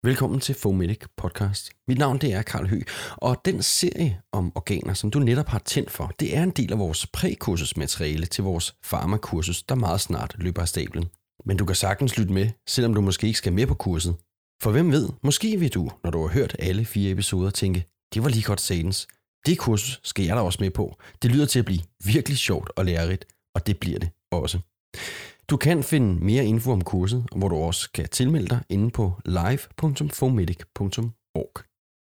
Velkommen til Fomedic podcast. Mit navn det er Karl Høgh, og den serie om organer, som du netop har tændt for, det er en del af vores prækursusmateriale til vores farmakursus, der meget snart løber af stablen. Men du kan sagtens lytte med, selvom du måske ikke skal med på kurset. For hvem ved, måske vil du, når du har hørt alle 4 episoder, tænke, det var lige godt satans. Det kursus skal jeg da også med på. Det lyder til at blive virkelig sjovt og lærerigt, og det bliver det også. Du kan finde mere info om kurset, hvor du også kan tilmelde dig inde på live.fomedic.org.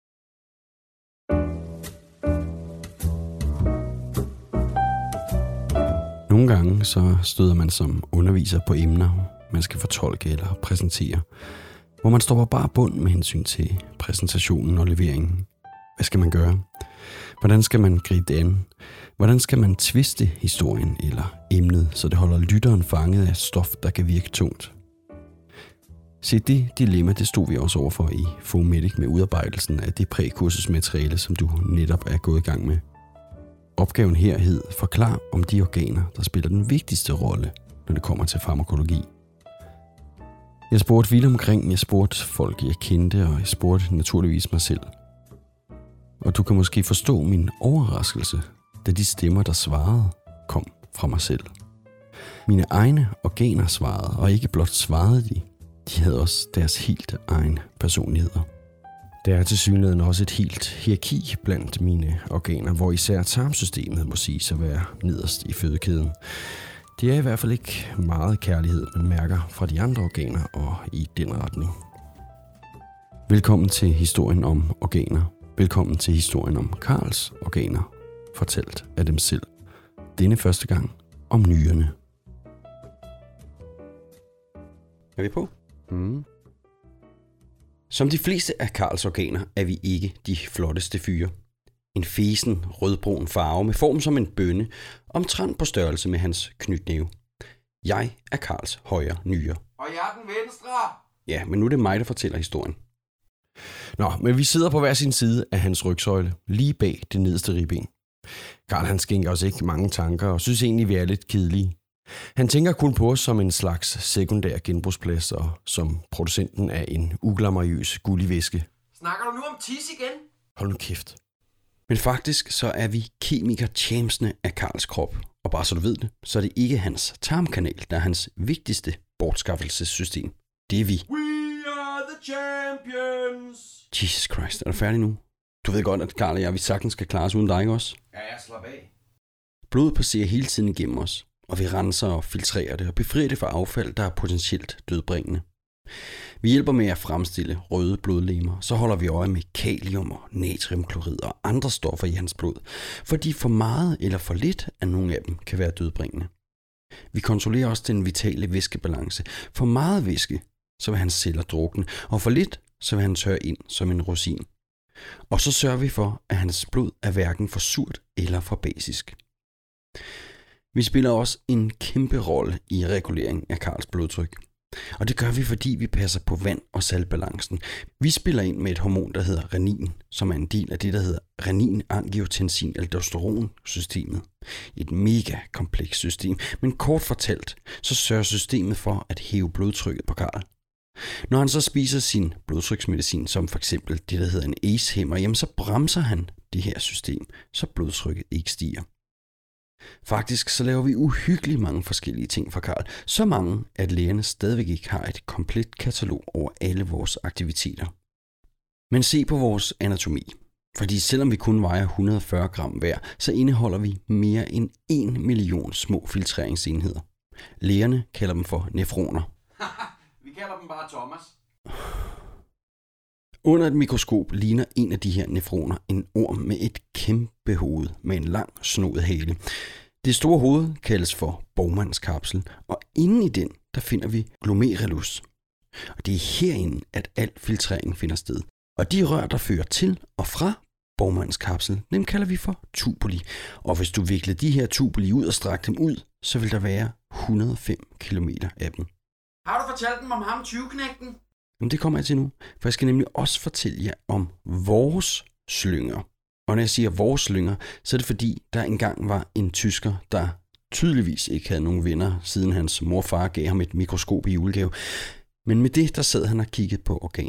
Nogle gange så støder man som underviser på emner, man skal fortolke eller præsentere, hvor man står på bare bund med hensyn til præsentationen og leveringen. Hvad skal man gøre? Hvordan skal man gribe det an? Hvordan skal man twiste historien eller emnet, så det holder lytteren fanget af stof, der kan virke tungt? Se, det dilemma, det stod vi også overfor i Fomedic med udarbejdelsen af det prækursusmateriale, som du netop er gået i gang med. Opgaven her hed Forklar om de organer, der spiller den vigtigste rolle, når det kommer til farmakologi. Jeg spurgte vidt omkring, jeg spurgte folk, jeg kendte, og jeg spurgte naturligvis mig selv. Og du kan måske forstå min overraskelse, da de stemmer, der svarede, kom fra mig selv. Mine egne organer svarede, og ikke blot svarede de. De havde også deres helt egen personligheder. Der er tilsyneladende også et helt hierarki blandt mine organer, hvor især tarmsystemet må siges at være nederst i fødekæden. Det er i hvert fald ikke meget kærlighed, man mærker fra de andre organer og i den retning. Velkommen til historien om organer. Velkommen til historien om Karls organer, fortalt af dem selv. Denne første gang om nyrerne. Er vi på? Som de fleste af Karls organer er vi ikke de flotteste fyre. En fesen, rødbrun farve med form som en bønne, omtrent på størrelse med hans knytnæve. Jeg er Karls højre nyre. Og jeg er den venstre! Ja, men nu er det mig, der fortæller historien. Nå, men vi sidder på hver sin side af hans rygsøjle, lige bag det nederste ribben. Karl han skænker os ikke mange tanker og synes egentlig, vi er lidt kedelige. Han tænker kun på os som en slags sekundær genbrugsplads og som producenten af en uglamoriøs gullig væske. Snakker du nu om tis igen? Hold nu kæft. Men faktisk så er vi kemiker-championsne af Karls krop. Og bare så du ved det, så er det ikke hans tarmkanal, der er hans vigtigste bortskaffelsessystem. Det er vi. We are the champions! Jesus Christ, er du færdig nu? Du ved godt, at Karl og jeg, vi sagtens skal klare os uden dig, ikke også? Ja, jeg slapper af. Blodet passerer hele tiden igennem os, og vi renser og filtrerer det og befrier det fra affald, der er potentielt dødbringende. Vi hjælper med at fremstille røde blodlegemer, så holder vi øje med kalium og natriumklorid og andre stoffer i hans blod, fordi for meget eller for lidt af nogle af dem kan være dødbringende. Vi kontrollerer også den vitale væskebalance. For meget væske, så vil hans celler drukne, og for lidt, så vil han tørre ind som en rosin. Og så sørger vi for, at hans blod er hverken for surt eller for basisk. Vi spiller også en kæmpe rolle i regulering af Karls blodtryk. Og det gør vi, fordi vi passer på vand- og saltbalancen. Vi spiller ind med et hormon, der hedder renin, som er en del af det, der hedder renin-angiotensin-aldosteron-systemet. Et mega komplekst system, men kort fortalt, så sørger systemet for at hæve blodtrykket på Karl. Når han så spiser sin blodtryksmedicin, som for eksempel det, der hedder en ACE-hæmmer, jamen så bremser han det her system, så blodtrykket ikke stiger. Faktisk så laver vi uhyggeligt mange forskellige ting for Karl. Så mange, at lægerne stadigvæk ikke har et komplet katalog over alle vores aktiviteter. Men se på vores anatomi. Fordi selvom vi kun vejer 140 gram hver, så indeholder vi mere end 1 million små filtreringsenheder. Lægerne kalder dem for nefroner. Vi kalder dem bare Thomas. Under et mikroskop ligner en af de her nefroner en orm med et kæmpe hoved med en lang snoet hale. Det store hoved kaldes for Bowmans kapsel, og inde i den der finder vi glomerulus. Og det er herinde, at al filtrering finder sted. Og de rør, der fører til og fra Bowmans kapsel, dem kalder vi for tubuli. Og hvis du vikler de her tubuli ud og strækker dem ud, så vil der være 105 km af dem. Har du fortalt dem om ham 20-knægten? Men det kommer jeg til nu, for jeg skal nemlig også fortælle jer om vores slynger. Og når jeg siger vores slynger, så er det fordi, der engang var en tysker, der tydeligvis ikke havde nogen venner, siden hans morfar gav ham et mikroskop i julegave. Men med det, der sad han og kiggede på organer.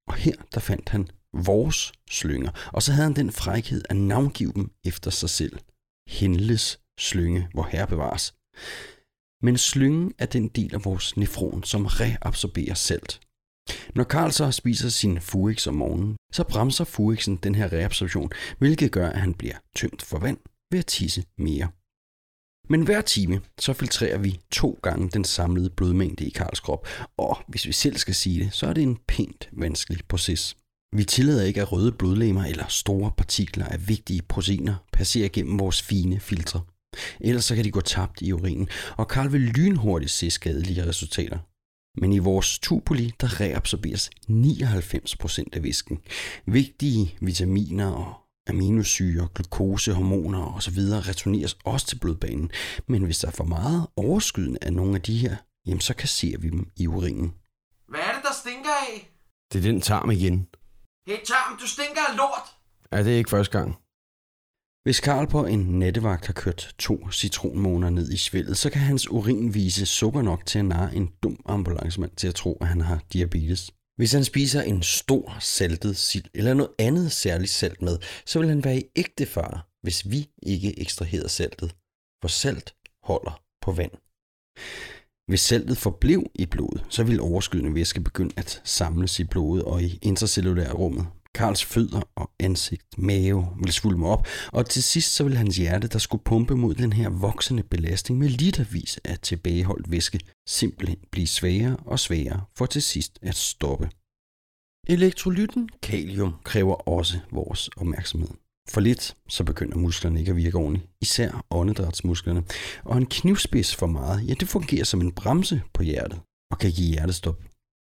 Og her der fandt han vores slynger, og så havde han den frækhed at navngive dem efter sig selv. Henles slynge, hvor herre bevares. Men slyngen er den del af vores nefron, som reabsorberer salt. Når Karl så spiser sin Fuix om morgenen, så bremser Fuixen den her reabsorption, hvilket gør, at han bliver tømt for vand ved at tisse mere. Men hver time, så filtrerer vi 2 gange den samlede blodmængde i Karls krop, og hvis vi selv skal sige det, så er det en pænt vanskelig proces. Vi tillader ikke, at røde blodlegemer eller store partikler af vigtige proteiner passerer gennem vores fine filtre. Ellers så kan de gå tabt i urinen, og Karl vil lynhurtigt se skadelige resultater. Men i vores tubuli, der reabsorberes 99% af væsken. Vigtige vitaminer og aminosyre, glukose, hormoner osv. returneres også til blodbanen. Men hvis der er for meget overskydende af nogle af de her, jamen så kasserer vi dem i urinen. Hvad er det, der stinker af? Det er den tarm igen. Hey tarm, du stinker af lort! Ja, det er ikke første gang. Hvis Karl på en nattevagt har kørt 2 citronmåner ned i svældet, så kan hans urin vise sukker nok til at narre en dum ambulancemand til at tro, at han har diabetes. Hvis han spiser en stor saltet sild eller noget andet særligt salt med, så vil han være i ægte fare, hvis vi ikke ekstraherede saltet. For salt holder på vand. Hvis saltet forblev i blodet, så vil overskydende væske begynde at samles i blodet og i intercellulære rummet. Karls fødder og ansigt, mave vil svulme op, og til sidst så vil hans hjerte, der skulle pumpe mod den her voksende belastning med litervis af tilbageholdt væske, simpelthen blive svagere og svagere for til sidst at stoppe. Elektrolytten kalium kræver også vores opmærksomhed. For lidt, så begynder musklerne ikke at virke ordentligt, især åndedrætsmusklerne, og en knivspids for meget, ja det fungerer som en bremse på hjertet og kan give hjertestop.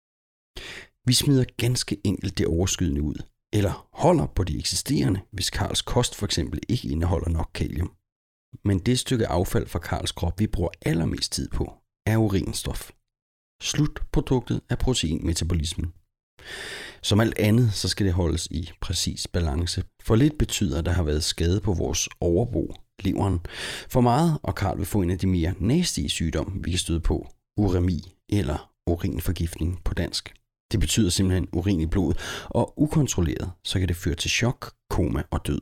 Vi smider ganske enkelt det overskydende ud, eller holder på de eksisterende, hvis Karls kost for eksempel ikke indeholder nok kalium. Men det stykke affald fra Karls krop, vi bruger allermest tid på, er urinstof. Slutproduktet er proteinmetabolismen. Som alt andet, så skal det holdes i præcis balance. For lidt betyder, at der har været skade på vores overbo, leveren. For meget, og Karl vil få en af de mere næstige sygdomme, vi kan støde på, uremi eller urinforgiftning på dansk. Det betyder simpelthen urin i blodet, og ukontrolleret, så kan det føre til chok, koma og død.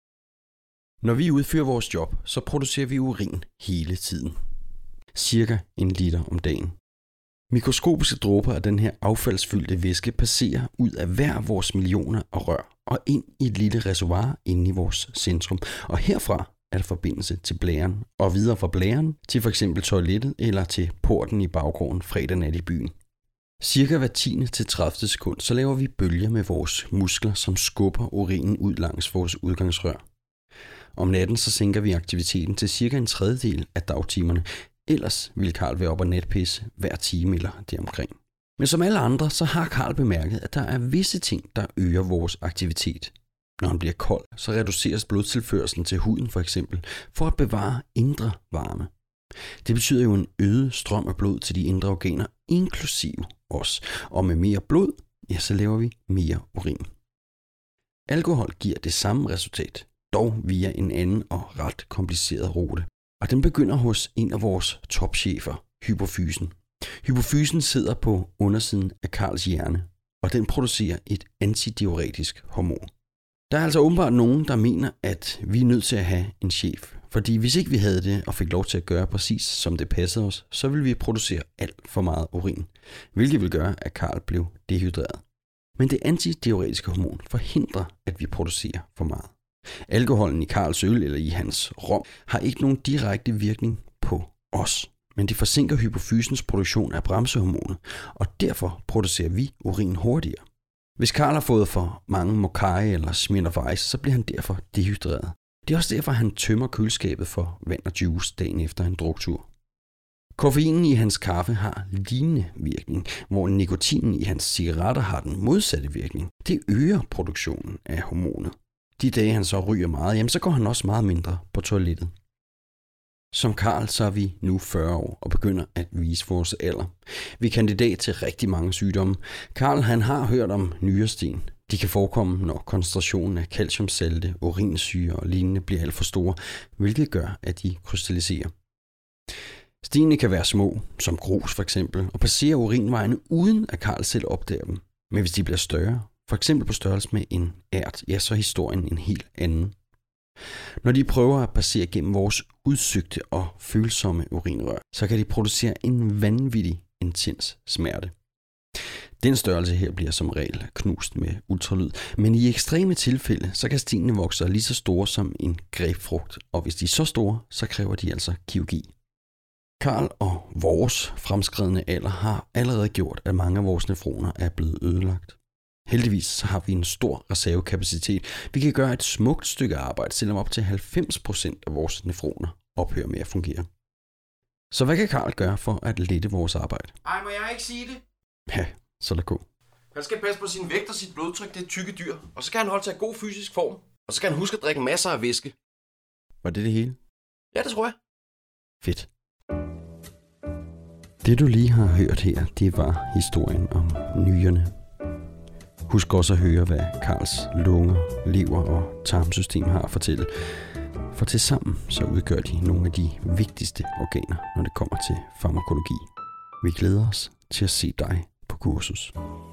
Når vi udfører vores job, så producerer vi urin hele tiden. Cirka 1 liter om dagen. Mikroskopiske dråber af den her affaldsfyldte væske passerer ud af hver vores millioner af rør og ind i et lille reservoir inde i vores centrum. Og herfra er der forbindelse til blæren, og videre fra blæren til f.eks. toilettet eller til porten i baggården fredag nat i byen. Cirka hver 10. til 30. sekund, så laver vi bølger med vores muskler, som skubber urinen ud langs vores udgangsrør. Om natten så sænker vi aktiviteten til cirka 1/3 af dagtimerne, ellers vil Karl være op og natpisse hver time eller deromkring. Men som alle andre, så har Karl bemærket, at der er visse ting, der øger vores aktivitet. Når han bliver kold, så reduceres blodtilførslen til huden for eksempel, for at bevare indre varme. Det betyder jo en øget strøm af blod til de indre organer, inklusive os. Og med mere blod, ja, så laver vi mere urin. Alkohol giver det samme resultat, dog via en anden og ret kompliceret rute. Og den begynder hos en af vores topchefer, hypofysen. Hypofysen sidder på undersiden af Karls hjerne, og den producerer et antidiuretisk hormon. Der er altså åbenbart nogen, der mener, at vi er nødt til at have en chef. Fordi hvis ikke vi havde det og fik lov til at gøre præcis som det passede os, så ville vi producere alt for meget urin, hvilket vil gøre, at Karl blev dehydreret. Men det antidiuretiske hormon forhindrer, at vi producerer for meget. Alkoholen i Karls øl eller i hans rom har ikke nogen direkte virkning på os, men det forsinker hypofysens produktion af bremsehormonet, og derfor producerer vi urin hurtigere. Hvis Karl har fået for mange Mokai eller Smirnoff Ice, så bliver han derfor dehydreret. Det er også derfor, han tømmer køleskabet for vand og juice dagen efter en druktur. Koffeinen i hans kaffe har lignende virkning, hvor nikotinen i hans cigaretter har den modsatte virkning. Det øger produktionen af hormonet. De dage han så ryger meget, jamen så går han også meget mindre på toilettet. Som Karl så er vi nu 40 år og begynder at vise vores alder. Vi er kandidat til rigtig mange sygdomme. Karl han har hørt om nyresten. De kan forekomme, når koncentrationen af calciumsalte, urinsyre og lignende bliver alt for store, hvilket gør, at de krystalliserer. Stenene kan være små, som grus for eksempel, og passerer urinvejene uden at Karl selv opdager dem. Men hvis de bliver større, for eksempel på størrelse med en ært, ja, så er historien en helt anden. Når de prøver at passere gennem vores udsøgte og følsomme urinrør, så kan de producere en vanvittig intens smerte. Den størrelse her bliver som regel knust med ultralyd, men i ekstreme tilfælde, så kan stenene vokse lige så store som en grebfrugt, og hvis de er så store, så kræver de altså kirurgi. Karl og vores fremskredne alder har allerede gjort, at mange af vores nefroner er blevet ødelagt. Heldigvis så har vi en stor reservekapacitet. Vi kan gøre et smukt stykke arbejde, selvom op til 90% af vores nefroner ophører med at fungere. Så hvad kan Karl gøre for at lette vores arbejde? Ej, må jeg ikke sige det? Ja, så lad gå. Han skal passe på sin vægt og sit blodtryk, det er tykke dyr. Og så skal han holde sig i god fysisk form. Og så skal han huske at drikke masser af væske. Var det hele? Ja, det tror jeg. Fedt. Det du lige har hørt her, det var historien om nyrerne. Husk også at høre, hvad Karls lunger, lever og tarmsystem har at fortælle. For tilsammen så udgør de nogle af de vigtigste organer, når det kommer til farmakologi. Vi glæder os til at se dig på kursus.